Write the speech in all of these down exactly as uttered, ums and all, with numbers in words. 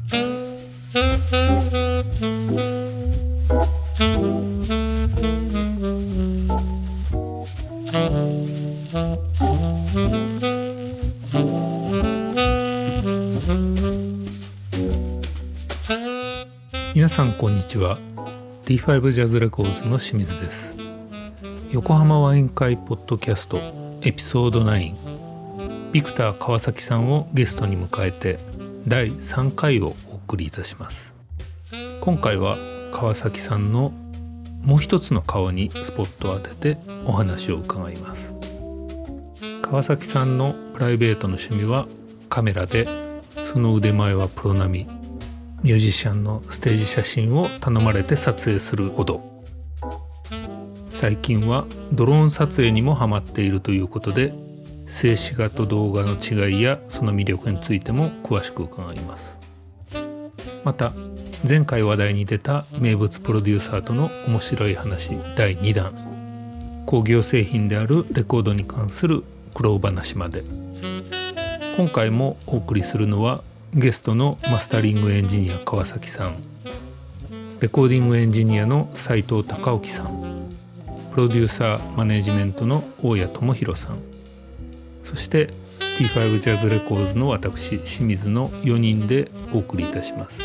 皆さんこんにちは。 ティーファイブ ジャズレコーズの清水です。横浜ワイン会ポッドキャストエピソードナイン、ビクター川崎さんをゲストに迎えてだいさんかいをお送りいたします。今回は川崎さんのもう一つの顔にスポットを当ててお話を伺います。川崎さんのプライベートの趣味はカメラで、その腕前はプロ並み。ミュージシャンのステージ写真を頼まれて撮影するほど。最近はドローン撮影にもハマっているということで、静止画と動画の違いやその魅力についても詳しく伺います。また前回話題に出た名物プロデューサーとの面白い話だいにだん、工業製品であるレコードに関する苦労話まで。今回もお送りするのはゲストのマスタリングエンジニア川崎さん、レコーディングエンジニアの斉藤孝興さん、プロデューサーマネジメントの大谷智弘さん、そして ティーファイブ ジャズレコーズの私清水のよにんでお送りいたします。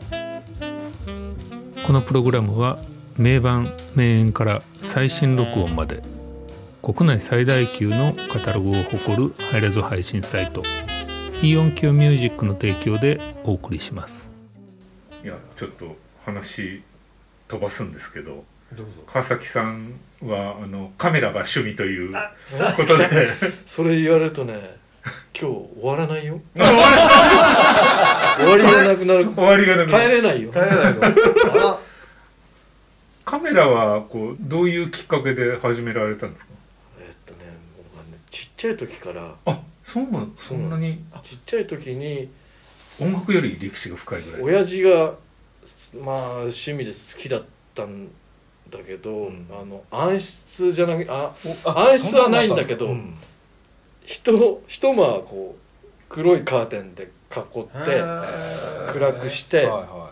このプログラムは名盤名演から最新録音まで国内最大級のカタログを誇るハイレゾ配信サイトイーオンキューミュージックの提供でお送りします。いやちょっと話飛ばすんですけど、どうぞ。川崎さんはあのカメラが趣味ということでそれ言われるとね、今日終わらないよ終わりがなくなる終わりがなくなる帰れないよ帰れないよあカメラはこうどういうきっかけで始められたんですか？ えっとね、もうねちっちゃい時から。 あ、そうなん、そんなにちっちゃい時に音楽より歴史が深いぐらい。 親父がまあ趣味で好きだったんだけど、うん、あの暗室じゃなくあ暗室はないんだけど、うん、人一間こう黒いカーテンで囲って暗くして、はいはい、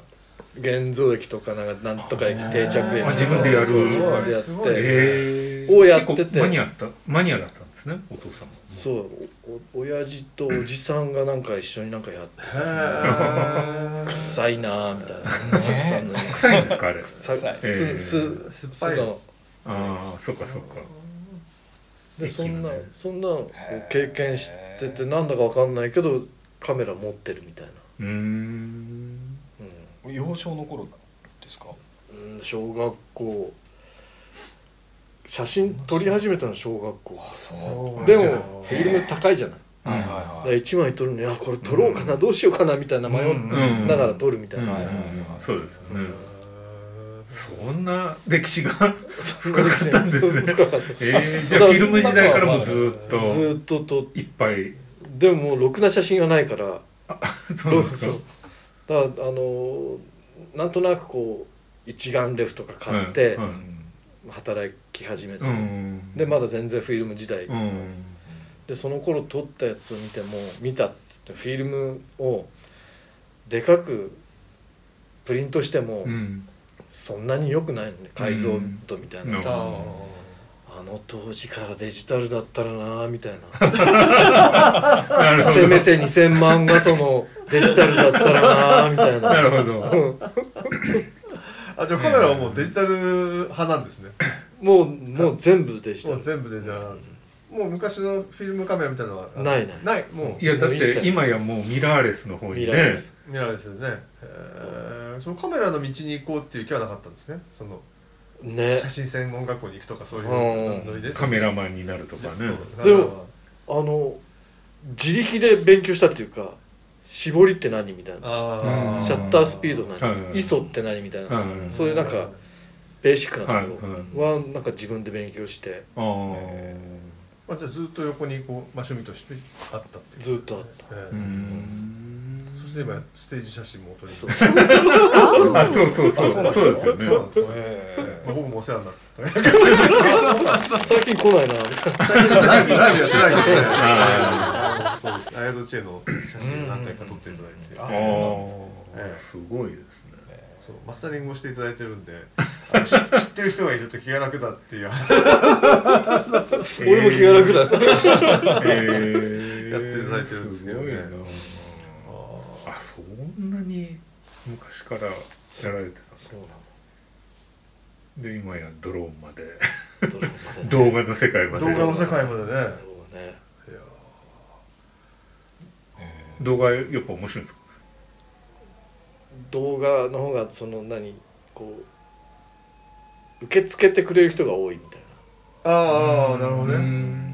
現像液とかなんかなんとか定着液とか自分でやる自分でやってをやっててマニアだマニアだったんですね、お父さんも。 そうお親父とおじさんがなんか一緒になんかやってた臭いなみたいな臭いんですかあれ。 臭いすすす酸っぱいの。 ああ、そっかそっか。 でそんなそんなを経験してて、なんだかわかんないけどカメラ持ってるみたいな。 うーん、 うん、幼少の頃ですか？ うん、小学校写真撮り始めたの小学校。 あ、そうでもフィルム高いじゃない。 はいはいはい、 いちまい撮るのに、あこれ撮ろうかな、うん、どうしようかなみたいな迷いながら撮るみたいな。 そうですよね。そんな歴史が深かったんですね。えー、じゃあフィルム時代からもずっとずっと撮っいっぱい。 でももうろくな写真がないから。 あ、そうなんですか。 だからあのなんとなくこう一眼レフとか買って、うんうん、働き始めて、うん、でまだ全然フィルム時代、うん、でその頃撮ったやつを見ても見たっつってフィルムをでかくプリントしても、うん、そんなに良くないのね、解像度みたいな、うん、あの当時からデジタルだったらなみたいなせめてにせんまんがそのデジタルだったらなみたいな。 なるほどあ、じゃあカメラはもうデジタル派なんですね。 もうもう全部デジタル。 もう全部でじゃあ、うん、もう昔のフィルムカメラみたいなのはないないない。もういやだって今やもうミラーレスの方にね。 ミラーレスミラーレスね。えー、そのカメラの道に行こうっていう気はなかったんですね。そのね、写真専門学校に行くとかそういうノリでカメラマンになるとかね。 でもあの自力で勉強したっていうか、絞りって何みたいな、シャッタースピード何、イソって何みたいな、そういうなんかベーシックなところはなんか自分で勉強して、あ、 えーまあ、じゃあずっと横にこう、まあ、趣味としてあったっていう。 ずっとあった、 えー、うんそして今ステージ写真も撮りそうあそうそうそうそうですよね。 僕もお世話になった最近来ないなみたいな。 最近ライブやってないけどね。 アヤドチェの写真を何回か撮っていただいて、 あ、そうなんですか、 えー、すごいですね。 そうマスタリングをしていただいてるんで、あの知ってる人がいると気が楽だっていう俺も気が楽ださ、 えー、やっていただいてるんですけどね。 ああ、そんなに昔からやられてたんですか。で今やドローンまで動画の世界まで動画の世界までね。 動画やっぱ面白いんですか。 動画の方がその何こう受け付けてくれる人が多いみたいな。ああ、なるほどね。うん、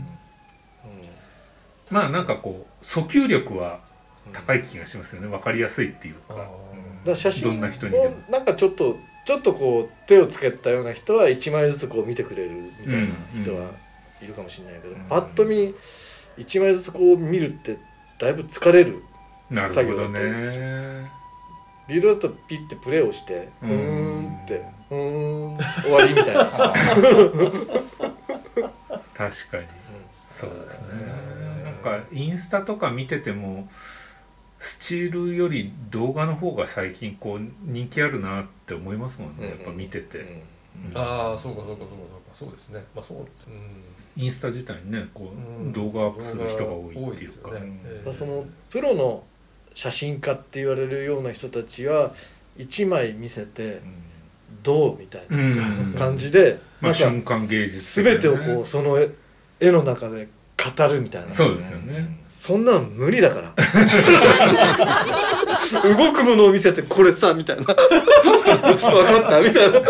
まあなんかこう訴求力は高い気がしますよね。分かりやすいっていうか。だから写真をどんな人にでもなんかちょっとちょっとこう手をつけたような人はいちまいずつこう見てくれるみたいな人はいるかもしれないけど、うんうん、パッと見いちまいずつこう見るってだいぶ疲れる作業だったりする。リードだとピッてプレイをしてうーんってうーん終わりみたいな確かに、うん、そうですね。なんかインスタとか見ててもスチールより動画の方が最近こう人気あるなって思いますもんね、やっぱ見てて、うんうん、 ああそうかそうかそうかそうですね、まあそう、うん、 インスタ自体にねこう、うん、動画アップする人が多いっていうか、 ねえー、そのプロの写真家って言われるような人たちはいちまい見せてどうみたいな感じで、うん、 まあ、瞬間芸術、 ね、全てをこうその 絵, 絵の中で語るみたいな。 そうですよね。 そんなの無理だから動くものを見せてこれさみたいな分かったみたいな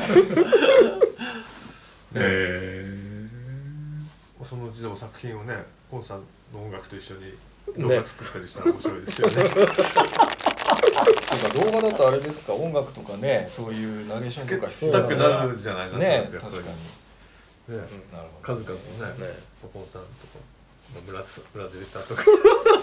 えー、そのうちでも作品をねコンさんの音楽と一緒に動画作ったりしたら面白いですよね。そうか、 動画だとあれですか、音楽とかね、そういうナレーションとか必要したくなるじゃないかな、 ね、確かに、ね、 うん、なるほど、数々のね、ポポンさんとか村村デリさんとか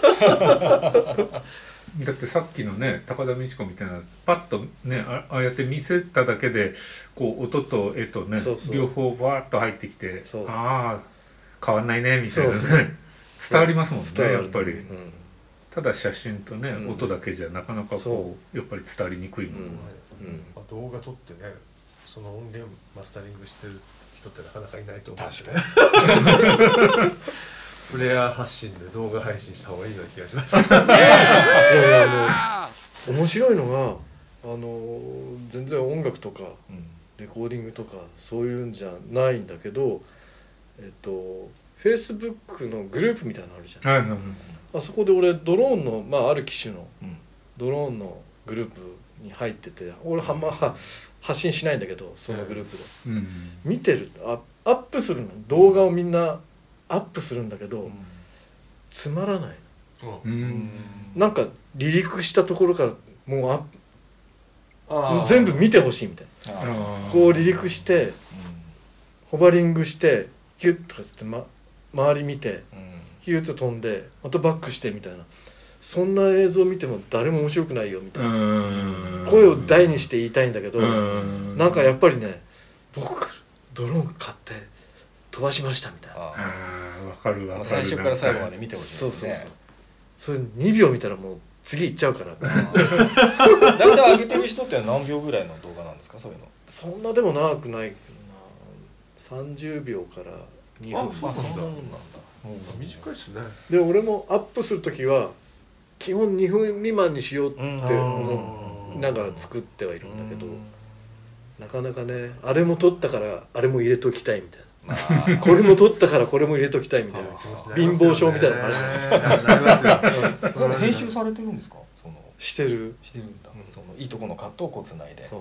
だってさっきのね高田美智子みたいなパッとね あ, ああやって見せただけでこう音と絵とねそうそう両方バーッと入ってきて、ああ変わんないねみたいなね、そうそう伝わりますもんね、やっぱり、うん、ただ写真とね、うん、音だけじゃなかなかこうやっぱり伝わりにくいものが、 うんうん、動画撮ってねその音源マスタリングしてる人ってなかなかいないと思う。確かにプレイヤー発信で動画配信した方がいいような気がします。いやいや、あの面白いのがあの全然音楽とか、うん、レコーディングとかそういうんじゃないんだけど、えっとFacebook のグループみたいなのあるじゃん、はいはいはい、あそこで俺ドローンの、まあ、ある機種のドローンのグループに入ってて、俺はまあ発信しないんだけどそのグループで、うん、見てるアップするの動画をみんなアップするんだけど、うん、つまらないの、うん、なんか離陸したところからもうアップあ全部見てほしいみたいな、こう離陸して、うん、ホバリングしてキュッとかって、ま、周り見て、うん、キュッと飛んでまたバックしてみたいな、そんな映像見ても誰も面白くないよみたいな声を大にして言いたいんだけど、なんかやっぱりね僕ドローン買って飛ばしましたみたいな、ああ分かる分かる、 最初から最後まで見てほしいですね。 そうそうそう、それにびょう見たらもう次行っちゃうからだいたい上げてる人って何秒ぐらいの動画なんですか、そういうの。 そんなでも長くないけどな、さんじゅうびょうからにふん。 あ、そうなんだ、もう短いっすね。 で俺もアップするときは基本にふん未満にしようって思いながら作ってはいるんだけど、なかなかねあれも撮ったからあれも入れときたいみたいなこれも撮ったからこれも入れときたいみたいな貧乏症みたいな感じ。 それ編集されてるんですか。そのしてるしてるんだ、うん、そのいいとこのカットをこうつないで。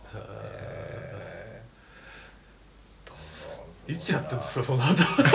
いつやってるんですかその後。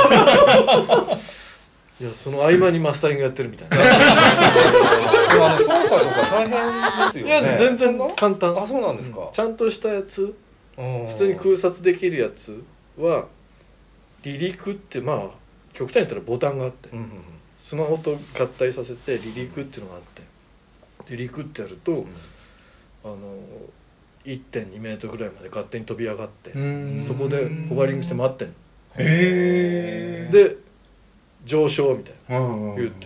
いやその合間にマスタリングやってるみたいな。 でもあの操作とか大変ですよね。 いや全然簡単。 あ、そうなんですか、 うん、ちゃんとしたやつ、普通に空撮できるやつは離陸ってまあ極端に言ったらボタンがあって、うんうんうん、スマホと合体させて離陸っていうのがあって、離陸ってやると、うん、あの いってんにメートルぐらいまで勝手に飛び上がって、そこでホバリングして待ってんの。へー。で上昇みたいな、ビュッといって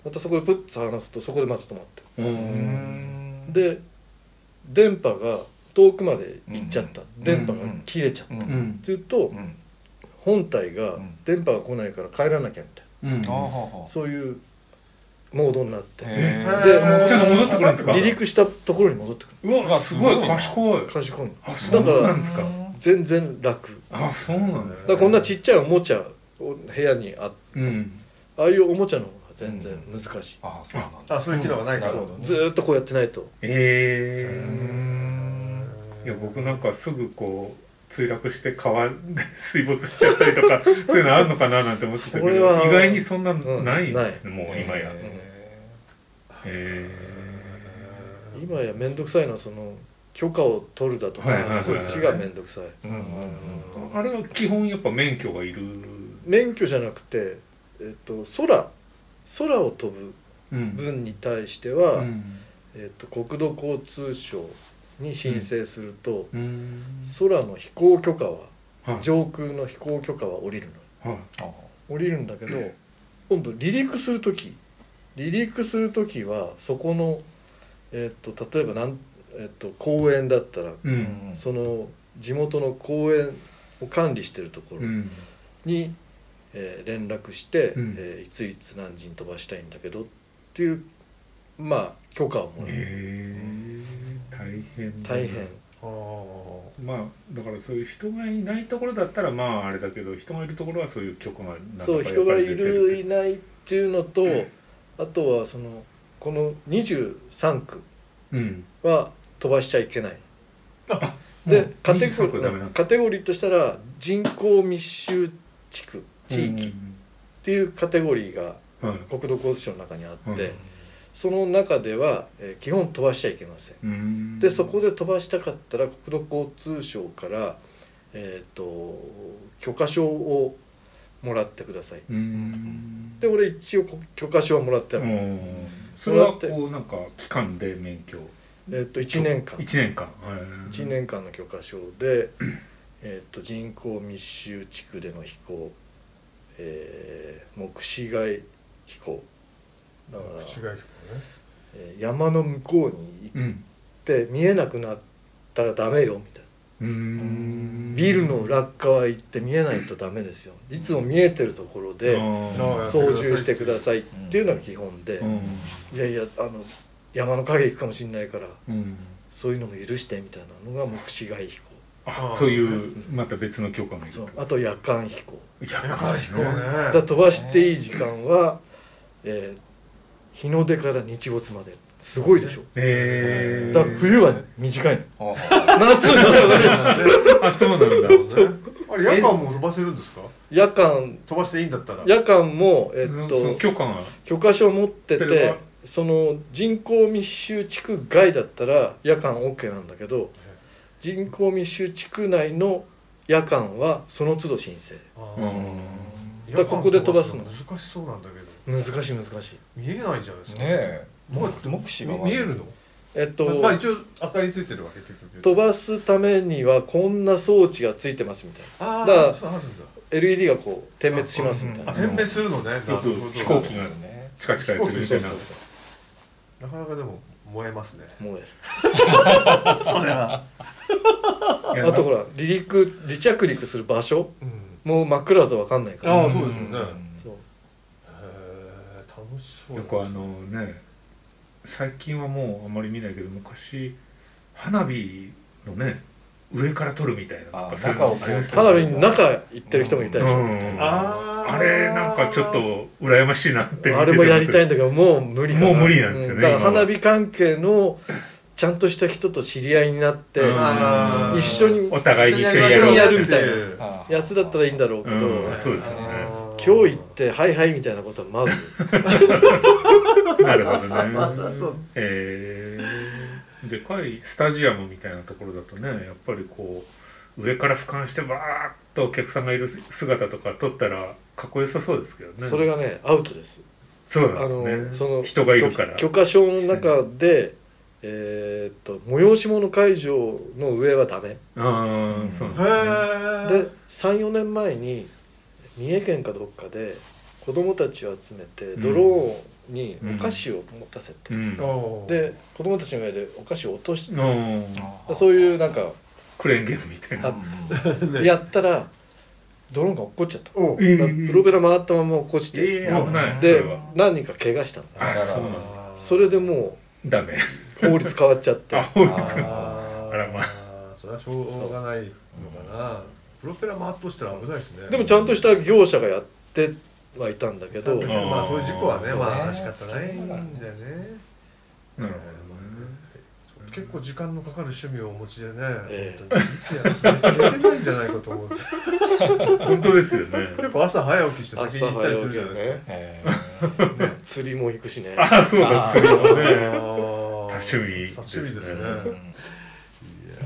またそこでプッと離すとそこでまた止まってうーんで電波が遠くまで行っちゃった、 うん、 電波が切れちゃった、 うんうんっていうと、 うん、 本体が電波が来ないから帰らなきゃみたいな、 うんあははそういうモードになってへでーちょっと戻ってくるんですか。 離陸したところに戻ってくるうわすごい賢い。 賢いのあそうなんですか。 全然楽あそうなんですね。 だからこんなちっちゃいおもちゃを部屋にあってうんああいうおもちゃの方が全然難しい、 あそうなんだあそういう機能がないからなるほどねずーっとこうやってないとえうーんー、いや僕なんかすぐこう墜落して川で水没しちゃったりとかそういうのあるのかななんて思ってたけどそれは意外にそんなのないんですね、 うんもう今や。 へえ今や面倒くさいのはその許可を取るだとか、 はいはいはいはいそっちが面倒くさい、 ーうんうんうんー、あれは基本やっぱ免許がいる。 免許じゃなくて、えっと、空空を飛ぶうん分に対しては、 うんえっと、国土交通省に申請すると、 うん空の飛行許可ははい上空の飛行許可は下りるのはいあ降りるんだけど今度離陸する時離陸する時はそこの、えっと、例えばなん、えっと、公園だったら、 ううんんその地元の公園を管理してるところうんに、えー連絡して、 うんえーいついつ何時に飛ばしたいんだけどっていうまあ許可をもらう、 えー、大変だな大変あーまあだからそういう人がいないところだったらまああれだけど人がいるところはそういう許可がなんだかそうやっぱり人がい絶対出てるいないっていうのとあとはそのこのにじゅうさんくうんは飛ばしちゃいけないもうでカテゴにじゅうさんこダメなんですリーカテゴリーとしたら人口密集地区地域っていうカテゴリーがうんはい国土交通省の中にあって、 うんその中では、えー基本飛ばしちゃいけません。 うんでそこで飛ばしたかったら国土交通省から、えー、と許可証をもらってください。 うんで俺一応許可証はもらってある、 うんそれはこうなんか期間で免許えー、といちねんかんいちねんかんいちねんかんの許可証で、えー、と人口密集地区での飛行、えー、目視外飛行だから、 口がいいねえー山の向こうに行っうんて見えなくなったらダメよみたいな。 うんビルの裏っ側行って見えないとダメですよ。いつも見えてるところであー操縦してくださいっていうのが基本で、 うんいやいやあの山の影行くかもしれないからうんそういうのも許してみたいなのが目視外飛行。 あそういうまた別の許可がいるそうあと夜間飛行。 夜夜間飛行ねだから飛ばしていい時間は、えー日の出から日没まですごいでしょ。 えー、 だから冬は短いの。 あ夏になるあそうなんだあれ夜間も飛ばせるんですか夜間飛ばしていいんだったら夜間もえっそのと許可が許可証持ってそれはてその人口密集地区外だったら夜間 OK なんだけど人口密集地区内の夜間はその都度申請。 あーうんだからここで飛ばすの難しそうなんだけど難しい難しい。 見えないじゃないですかねえもう目視が見見えるのえっと、 まあ一応明かりついてるわけ結局飛ばすためにはこんな装置がついてますみたいな。 あだからあそうあるんだエルイーディー がこう点滅しますみたいな。 あ点滅するのねなるほどよく飛行機がねチカチカやってるみたいなそうそうそなかなかでも燃えますねう燃える。 それはいやあとほら離陸離着陸する場所うんもう真っ暗だと分かんないから。 ああそうですよねそうへえ楽しそうよくあのね最近はもうあんまり見ないけど昔花火のね上から撮るみたいななんかあそういうの中をこうありましたよ花火の中行ってる人もいたでしょ。 うんあーあれなんかちょっと羨ましいなって見ててあれもやりたいんだけどもう無理かな。 もう無理なんですよねうだから今は花火関係のちゃんとした人と知り合いになってうんあー一緒にお互いに一緒に一緒にややろうるみたいなあやつだったらいいんだろうけど、 うんそうですよね今日行ってはいはいみたいなことはまずなるほどねまあそりゃそうえー、でかいスタジアムみたいなところだとねやっぱりこう上から俯瞰してバーッとお客さんがいる姿とか撮ったらかっこよさそうですけどねそれがねアウトです。 そうなあんですねのその人がいるから許可証の中で、えーっと催し物会場の上はダメああそうなんですねへえでさんよねんまえに三重県かどっかで子供たちを集めてドローンにお菓子を持たせて、 うん、 で子供たちの上でお菓子を落として、 うん、 そういうなんかクレーンゲームみたいなやったらドローンが落っこっちゃった、 えー、 プロペラ回ったまま落っこちて、 えー、危ないで何人か怪我したんだ。 あそうなんだ。 それでもうダメ法律変わっちゃってあ法律ああらまあそれはしょうがないのかな。プロペラ回っとしたら危ないですね。 でもちゃんとした業者がやってはいたんだけど、 まあそういう事故はねまあ仕方ないんだよね。 うん結構時間のかかる趣味をお持ちでね、 え本当にいつやってないんじゃないかと思って本当ですよね。 結構朝早起きして先に行ったりするじゃないですか、 えー、釣りも行くしね。 ああそうだ釣りもね多趣味ですね。多趣味ですね。 うん、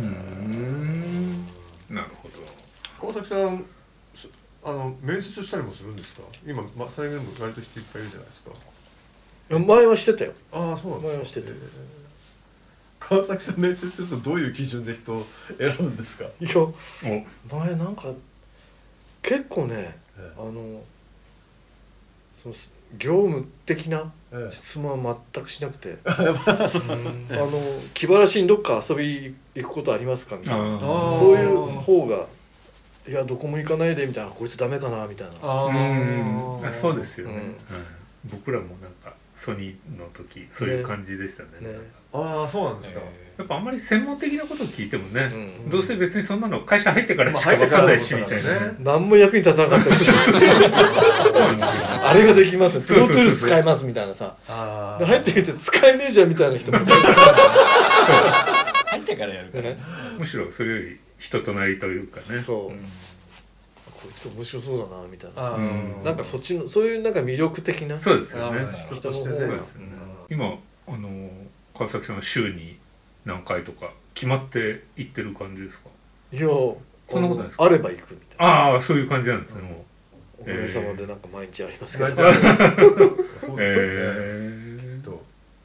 なるほど。 川崎さんあの面接したりもするんですか。今マスタリングでも割と人いっぱいいるじゃないですか。 いや前はしてたよ。 ああそうなんですか。 前はしてて、えー川崎さん面接するとどういう基準で人を選ぶんですか。 いや前なんか結構ね、ええ、あのその業務的な質問は全くしなくて、ええ、うん、あの気晴らしにどっか遊び行くことありますかみたいな、そういう方がいやどこも行かないでみたいな、こいつダメかなみたいな。 あうんそうですよね、うんうん、僕らもなんかソニーの時そういう感じでしたね。ねねああそうなんですか。 やっぱあんまり専門的なことを聞いてもね、 うん、 どうせ別にそんなの会社入ってからしか分かんないしみたいな、ね、 何も役に立たなかったりするあれができますプロトゥールス使えますみたいなさ、で入ってみて使えねえじゃんみたいな人もいるそう入ってからやるから、ね、 むしろそれより人となりというかね、 そう、うん、こいつ面白そうだなみたいな、 うん、 なんかそっちのそういうなんか魅力的なそうですよね人の方が、ね、 今あの川崎さんは週に何回とか決まって行ってる感じですか。 いやそんなことないですか。 あれば行くみたいな。 ああそういう感じなんですね、うん、もうおかげさまでなんか毎日ありますけど、 えー、そうですよね、 えー、きっと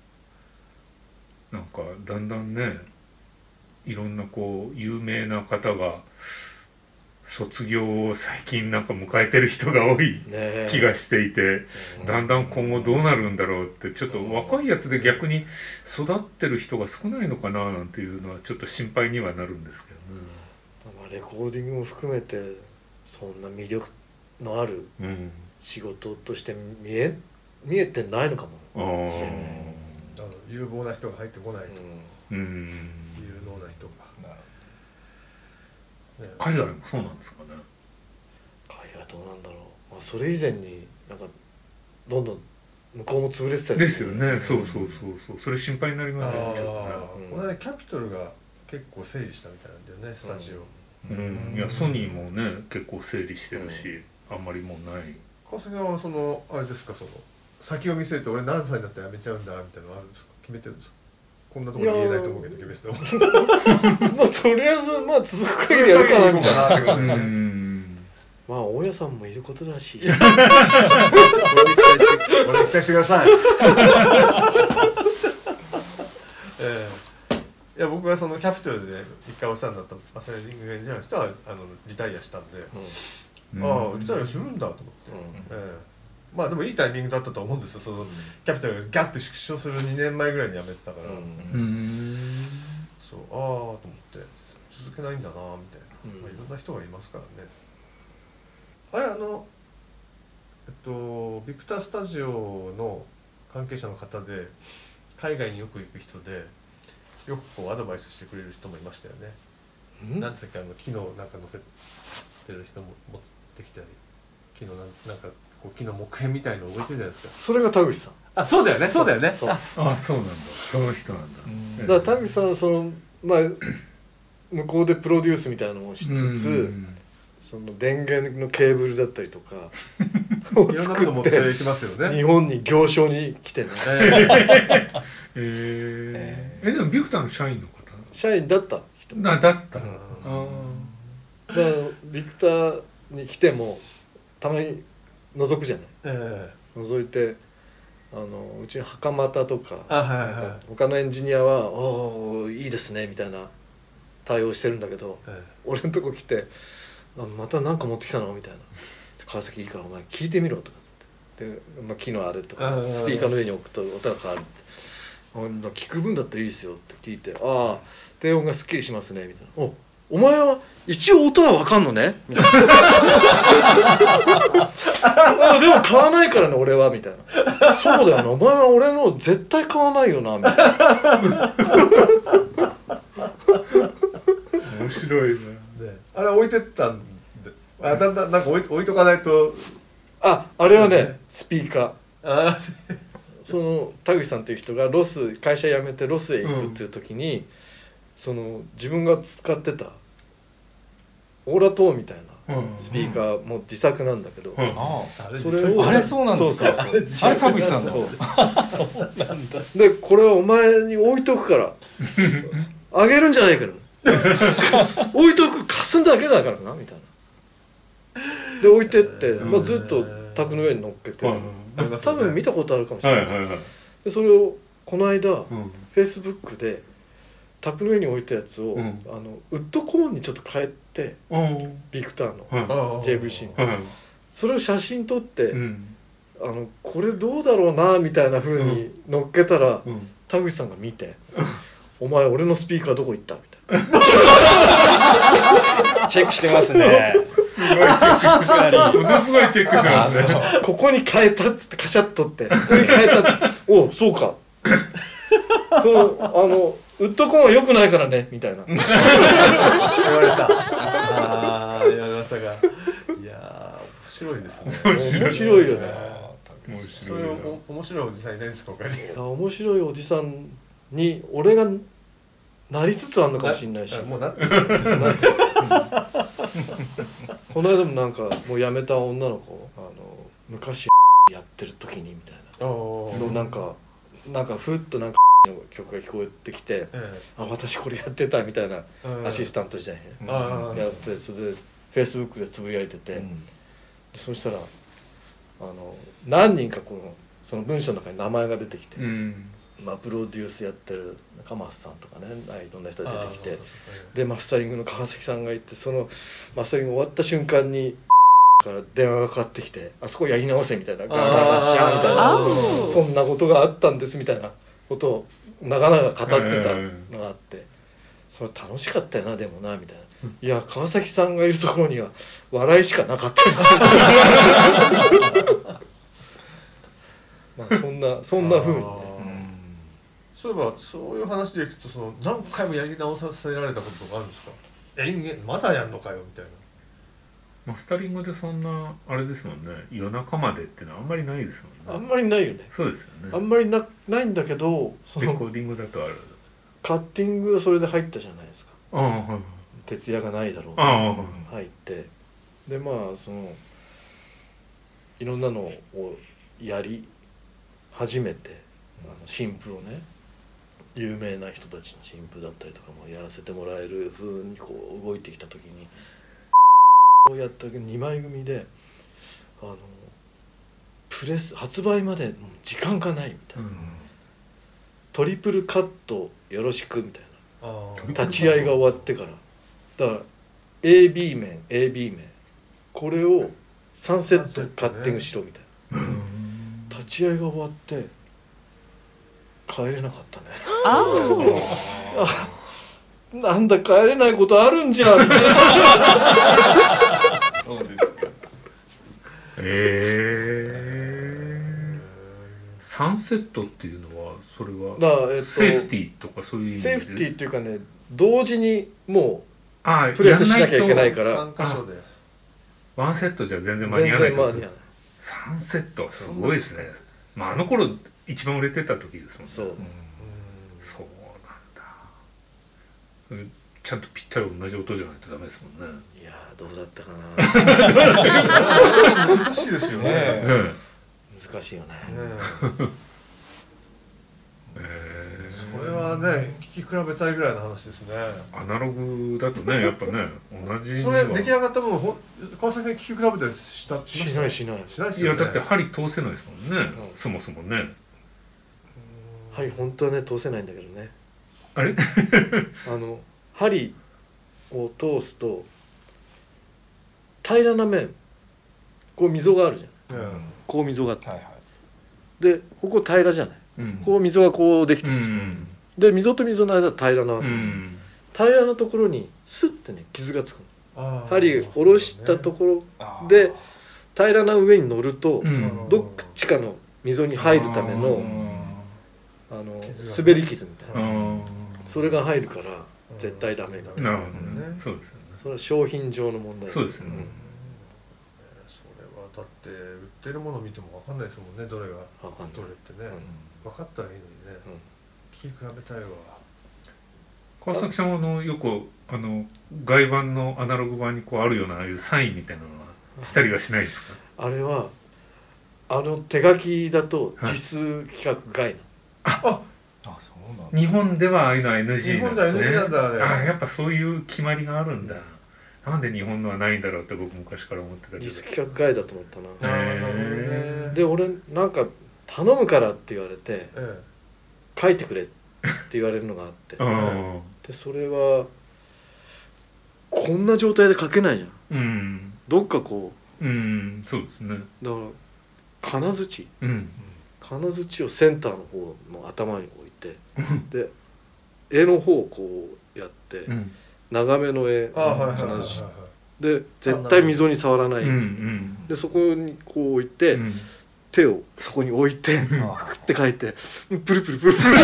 なんかだんだんねいろんなこう有名な方が卒業を最近なんか迎えてる人が多い気がしていて、だんだん今後どうなるんだろうってちょっと若いやつで逆に育ってる人が少ないのかななんていうのはちょっと心配にはなるんですけど、 うん、レコーディングも含めてそんな魅力のある仕事として見え、見えてないのかもしれない。 有望な人が入ってこないと、 うん、 有能な人が海外もそうなんですかね。 海外どうなんだろう、まあ、それ以前になんかどんどん向こうも潰れてたりですよね。そうそうそうそう、それ心配になりますよね。 この間キャピトルが結構整理したみたいなんだよね、スタジオ、 うんうん、いやソニーもね結構整理してるし、うん、あんまりもうない。 川崎はそのあれですか、その先を見据えて俺何歳になったらやめちゃうんだみたいなのあるんですか。決めてるんですか。こんなところで言えないと思うけど決めてもまあとりあえずまあ続く限りやるかなみたいなってことね。まあ大家さんもいることだし俺に期待してくださいえー、いや僕はそのキャピトルで一回お世話になったマスタリングエンジニアの人はあのリタイアしたんで、うん、ああリタイアするんだと思って、うんえーまあでもいいタイミングだったと思うんですよ。そのキャピタルがギャッと縮小するにねんまえぐらいに辞めてたから、うん、そうああと思って続けないんだなみたいな、うんまあ、いろんな人がいますからね。あれあのえっとビクタースタジオの関係者の方で海外によく行く人でよくこうアドバイスしてくれる人もいましたよね。うん、なんつうかあの木のなんか載せてる人も持ってきたり木のなんなんかこう木の木片みたいのを置いてるじゃないですか。 それが田口さん。 あ、そうだよね、そうだよね。 そうああ、そうなんだ。その人なんだ。 うん、だから田口さんはそのまあ向こうでプロデュースみたいなのをしつつ、うん、その電源のケーブルだったりとかを作って日本に行商に来てね。えーえー、えでもビクターの社員の方。 社員だった人。 なだった。うん、 あだからビクターに来てもたまに覗くじゃない、えー、覗いてあのうちの袴田とか、 あ、はいはいはい、なんか他のエンジニアは「おーいいですね」みたいな対応してるんだけど、えー、俺のとこ来て「あまた何か持ってきたの?」みたいな「川崎いいからお前聞いてみろ」とかつってで、まあ、木のあれとかスピーカーの上に置くと音が変わるって、聞く分だったらいいですよって聞いて、ああ低音がすっきりしますねみたいな、おお前は一応音は分かんのねみたいなあでも買わないからね俺はみたいな、そうだよなお前は俺の絶対買わないよなみたいな面白いね。 あれ置いてったんで、あだんだんなんか置い、置いとかないと。 ああれはねスピーカー、 あその田口さんという人がロス会社辞めてロスへ行くっていう時に、うん、その自分が使ってたオーラトーンみたいなスピーカーも自作なんだけど、うんうん、 それをあれそうなんですか、そうそうそうあれ田口さんだそうそうなんだでこれはお前に置いとくからあげるんじゃないから置いとく貸すんだけだからなみたいなで置いてって、まあ、ずっと卓の上に乗っけて、多分見たことあるかもしれない、はいはいはい、でそれをこの間、うん、Facebook で卓の上に置いたやつを、うん、あのウッドコーンにちょっと変えて、うん、ビクターの、うん、ジェイブイシー の、うん、それを写真撮って、うん、あのこれどうだろうなみたいな風に乗っけたら、うん、田口さんが見てお前俺のスピーカーどこ行ったみたいなチェックしてますね。 すごいチェックしてものすごいチェックしてますね。 ここに変えたっつってカシャッとってここに変えたっておそうかそうあのウッドコーンは良くないからねみたいな言われたああ言われましたがいや面白いですね。 面白いよね。 そういう面白いおじさんいないですか他に。 面白いおじさんに俺がなりつつあるのかもしれないし、もうなってるなってるこの間もなんかもう辞めた女の子あの昔やってる時にみたいなのなんかなんかふっとなんかの曲が聞こえてきて、ええ、あ私これやってたみたいなアシスタントじゃん、うん、やってそれで Facebook でつぶやいてて、うん、そしたらあの何人かこのその文章の中に名前が出てきて、うんまあ、プロデュースやってる中松さんとかねいろんな人が出てきてでマスタリングの川崎さんがいてそのマスタリング終わった瞬間にから電話がかかってきてあそこやり直せみたいなガラガラシャーみたいなそんなことがあったんですみたいなことを長々語ってたのがあってそれ楽しかったよなでもなみたいないや川崎さんがいるところには笑いしかなかったですまあそんなそんな風にねそういえばそういう話でいくとその何回もやり直させられたこととかあるんですか。延々まだやんのかよみたいな。 マスタリングでそんなあれですもんね夜中までってのはあんまりないですもんね。あんまりないよね。 そうですよね。 あんまり な, ないんだけどそのレコーディングだとあるカッティングがそれで入ったじゃないですか。 ああ、はい、 徹夜がないだろう、 ああ、はい、 入ってでまあそのいろんなのをやり始めてあの新譜をね有名な人たちの新譜だったりとかもやらせてもらえる風にこう動いてきた時にをやった時ににまい組であのプレス発売まで時間がないみたいな、うん、トリプルカットよろしくみたいな立ち会いが終わってからだから エービー 面 エービー 面これをさんセットカッティングしろみたいな、ね、立ち会いが終わって帰れなかったね。ああなんだ帰れないことあるんじゃんみたいなそうですか。 えー、さんセットっていうのはそれはだ、えっと、 セーフティーとかそういう意味でセーフティーっていうかね同時にもうプレスしなきゃいけないからさん箇所でワンセットじゃ全然間に合わない全然間に合わないさんセットはすごいですね。まああの頃一番売れてた時ですもんね。 そう、うん、 そうなんだ。ちゃんとぴったり同じ音じゃないとダメですもんね。 いやどうだったかな難しいですよね、ね難しいよね、 ねえー、それはね聞き比べたいぐらいの話ですね。 アナログだとねやっぱね同じそれ出来上がった分川崎に聞き比べたりしたしないしないしないですよね。 いやだって針通せないですもんね、うん、そもそもね針本当はね通せないんだけどね。 あれあの針を通すと平らな面こう溝があるじゃん、 こう溝があって、 はいはい、 でここ平らじゃない、うん、こう溝がこうできてるじゃん、うん、で溝と溝の間は平らなわけ、うん、平らなところにスッてね傷がつくの。針を下ろしたところで平らな上に乗ると、うん、どっちかの溝に入るためのあの滑り傷みたいな、それが入るから絶対ダメだ、 なるほどね。そうですよね。 それは商品上の問題。 そうですよね、うん、 それはだって売ってるもの見ても分かんないですもんね、どれがどれってね、うん、分かったらいいのにね、うん、聞き比べたいわ。 川崎さんはあのよくあの外版のアナログ版にこうあるようなああいうサインみたいなのはしたりはしないですか？ あれはあの手書きだと実数規格外なの、はい、ああ、そうなんだ。日本ではああいうのは エヌジー ですね。 日本では エヌジー なんだあれ。 あ、やっぱそういう決まりがあるんだ。なんで日本のはないんだろうって僕昔から思ってたけど。 実数規格外だと思ったな。なるほどね。で俺なんか頼むからって言われて、ええ、書いてくれって言われるのがあって、でそれはこんな状態で書けないじゃん。うん、どっかこう、うん、そうですね。 だから金槌、うん、金槌をセンターの方の頭に置いて、で絵の方をこうやって、うん、長めの絵金槌で絶対溝に触らない、うんうん、でそこにこう置いて、うん、手をそこに置いてクッて書いてプルプルプルプルそう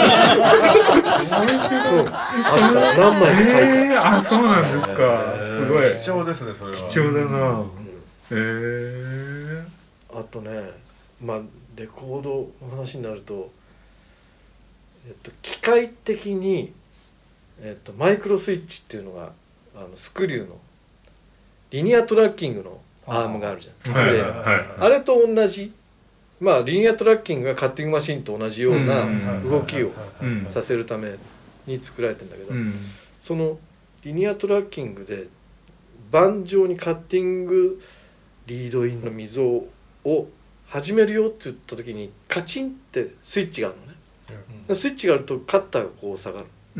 あった何枚か書いて、 えー、あ、そうなんですか、えー、すごい貴重ですね。それは貴重だな、うん、えー、あとね、まあレコードの話になると、えっと、機械的に、えっと、マイクロスイッチっていうのがあのスクリューのリニアトラッキングのアームがあるじゃん、はいはいはいはい、あれと同じ、まあリニアトラッキングがカッティングマシンと同じような動きをさせるために作られてるんだけど、うん、そのリニアトラッキングで盤上にカッティングリードインの溝を始めるよって言った時にカチンってスイッチがあるのね、うん、スイッチがあるとカッターがこう下がる、うん、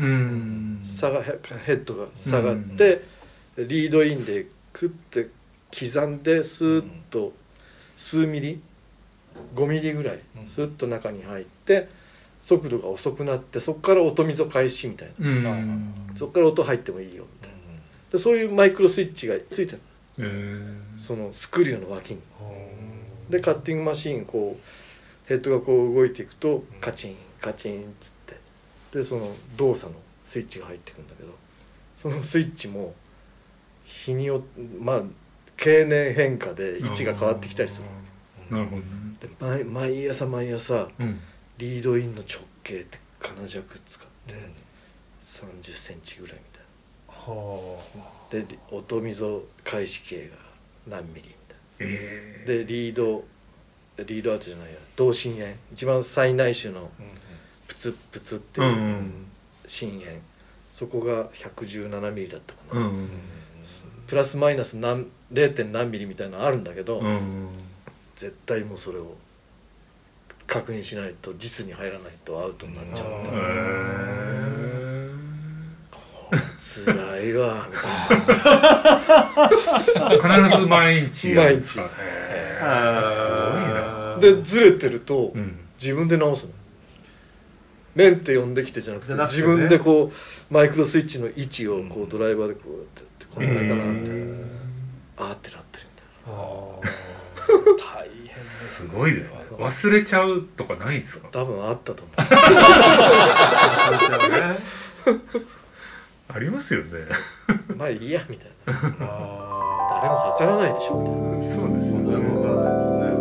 下がヘッドが下がって、うん、リードインでクッて刻んでスーッと数ミリごミリぐらいスーッと中に入って速度が遅くなって、そこから音溝開始みたいな、うん、そこから音入ってもいいよみたいな、でそういうマイクロスイッチがついてる、うん、そのスクリューの脇に、でカッティングマシーンこうヘッドがこう動いていくとカチンカチンっつってでその動作のスイッチが入ってくるんだけど、そのスイッチも日によまあ経年変化で位置が変わってきたりする。 なるほど、ね、 で 毎, 毎朝毎朝、うん、リードインの直径って金尺使ってさんじゅっセンチぐらいみたいな、はあ、で音溝開始径が何ミリみたいな、えー、でリードリードアウトじゃないや同心円一番最内周のプツプツっていう心円、うんうん、そこがひゃくじゅうななミリだったかな、うんうん、プラスマイナス何 ゼロ. 点何ミリみたいなのあるんだけど、うんうん、絶対もうそれを確認しないと実に入らないとアウトになっちゃうんだ、へーつらいわみたいな必ず毎日やるんですか。 へーすごいな。でずれてると、うん、自分で直すの。メンテ呼んできてじゃなくて、ね、自分でこうマイクロスイッチの位置をこうドライバーでこうやってやってこれぐらいかなみたいな、あーってなってるみたいな。大変すごいですね。忘れちゃうとかないんですか？ 多分あったと思う。 忘れちゃうね。 ありますよね。 まあいいやみたいな。あ誰も測らないでしょみたいな。 そうですよね。 誰も測らないですよね。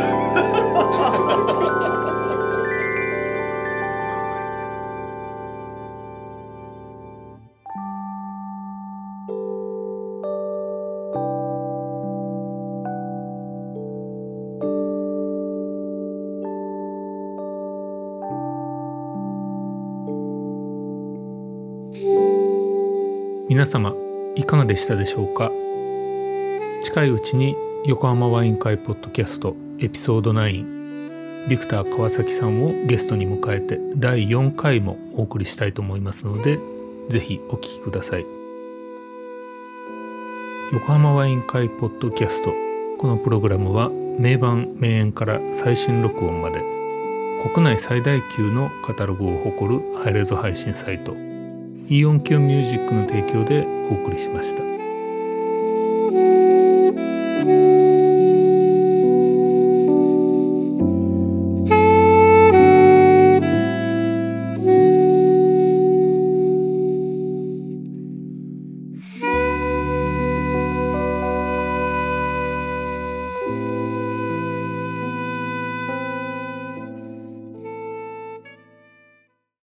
皆様いかがでしたでしょうか。近いうちに横浜ワイン会ポッドキャストエピソードナインビクター川崎さんをゲストに迎えてだいよんかいもお送りしたいと思いますので、ぜひお聞きください。横浜ワイン会ポッドキャスト、このプログラムは名盤名演から最新録音まで国内最大級のカタログを誇るハイレゾ配信サイトイーオンキュンミュージックの提供でお送りしました。